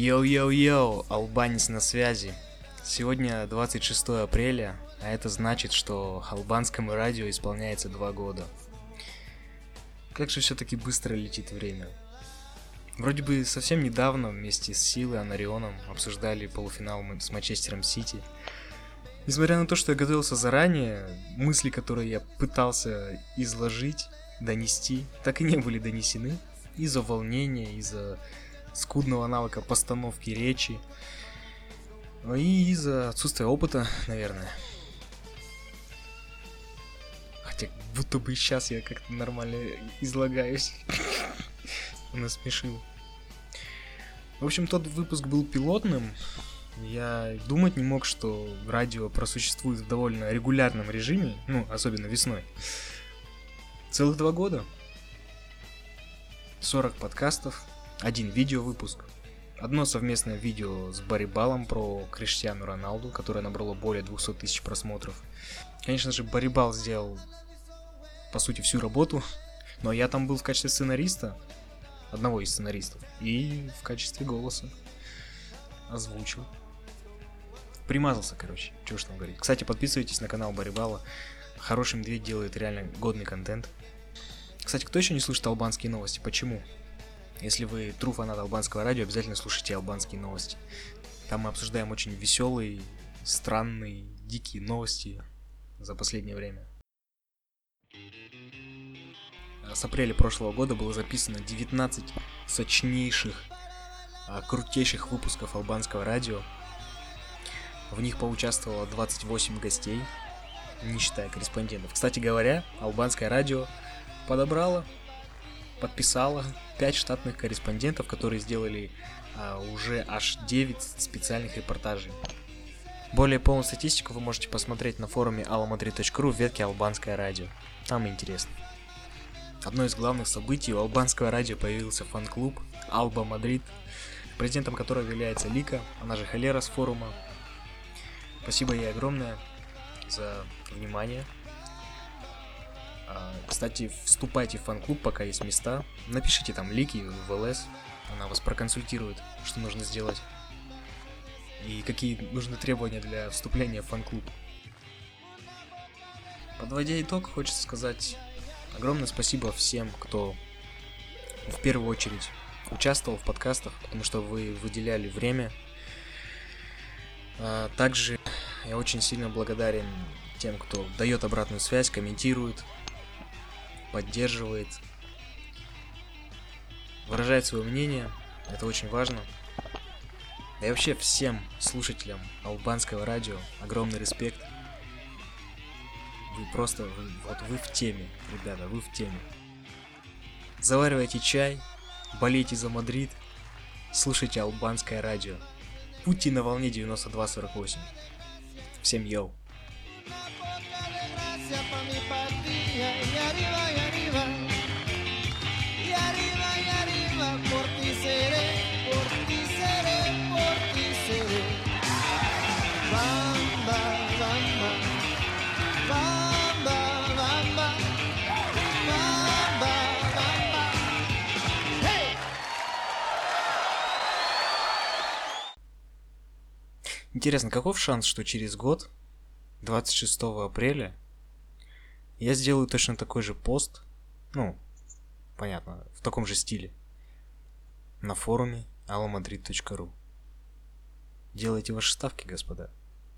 Йоу-йоу-йоу, албанец на связи. Сегодня 26 апреля, а это значит, что албанскому радио исполняется 2 года. Как же все-таки быстро летит время. Вроде бы совсем недавно вместе с Силой и Анарионом обсуждали полуфинал с Манчестером Сити. Несмотря на то, что я готовился заранее, мысли, которые я пытался изложить, донести, так и не были донесены. Из-за волнения, из-за скудного навыка постановки речи, и из-за отсутствия опыта, наверное. Хотя будто бы сейчас я как-то нормально излагаюсь. Насмешил. В общем, тот выпуск был пилотным. Я думать не мог, что радио просуществует в довольно регулярном режиме, особенно весной. Целых 2 года. 40 подкастов, 1 видеовыпуск, одно совместное видео с Барибалом про Криштиану Роналду, которое набрало более 200 тысяч просмотров. Конечно же, Барибал сделал, по сути, всю работу, но я там был в качестве сценариста, одного из сценаристов, и в качестве голоса озвучил. Примазался, короче, чего ж там говорить. Кстати, подписывайтесь на канал Барибала, хороший медведь делает реально годный контент. Кстати, кто еще не слушает албанские новости? Почему? Если вы true фанат албанского радио, обязательно слушайте албанские новости. Там мы обсуждаем очень веселые, странные, дикие новости за последнее время. С апреля прошлого года было записано 19 сочнейших, крутейших выпусков албанского радио. В них поучаствовало 28 гостей, не считая корреспондентов. Кстати говоря, албанское радио подписала 5 штатных корреспондентов, которые сделали уже аж 9 специальных репортажей. Более полную статистику вы можете посмотреть на форуме almadrid.ru в ветке «Албанское радио». Там интересно. Одно из главных событий: у албанского радио появился фан-клуб Алба Мадрид, президентом которого является Лика, она же Холера с форума. Спасибо ей огромное за внимание. Кстати, вступайте в фан-клуб, пока есть места. Напишите там Лики в ЛС, она вас проконсультирует, что нужно сделать и какие нужны требования для вступления в фан-клуб. Подводя итог, хочется сказать огромное спасибо всем, кто в первую очередь участвовал в подкастах, потому что вы выделяли время. Также я очень сильно благодарен тем, кто дает обратную связь, комментирует, поддерживает, выражает свое мнение. Это очень важно. Да и вообще всем слушателям албанского радио огромный респект. Вы в теме, ребята, вы в теме. Заваривайте чай, болейте за Мадрид, слушайте албанское радио. Будьте на волне 92.48. Всем йоу. Интересно, каков шанс, что через год, 26 апреля, я сделаю точно такой же пост, понятно, в таком же стиле, на форуме almadrid.ru. Делайте ваши ставки, господа.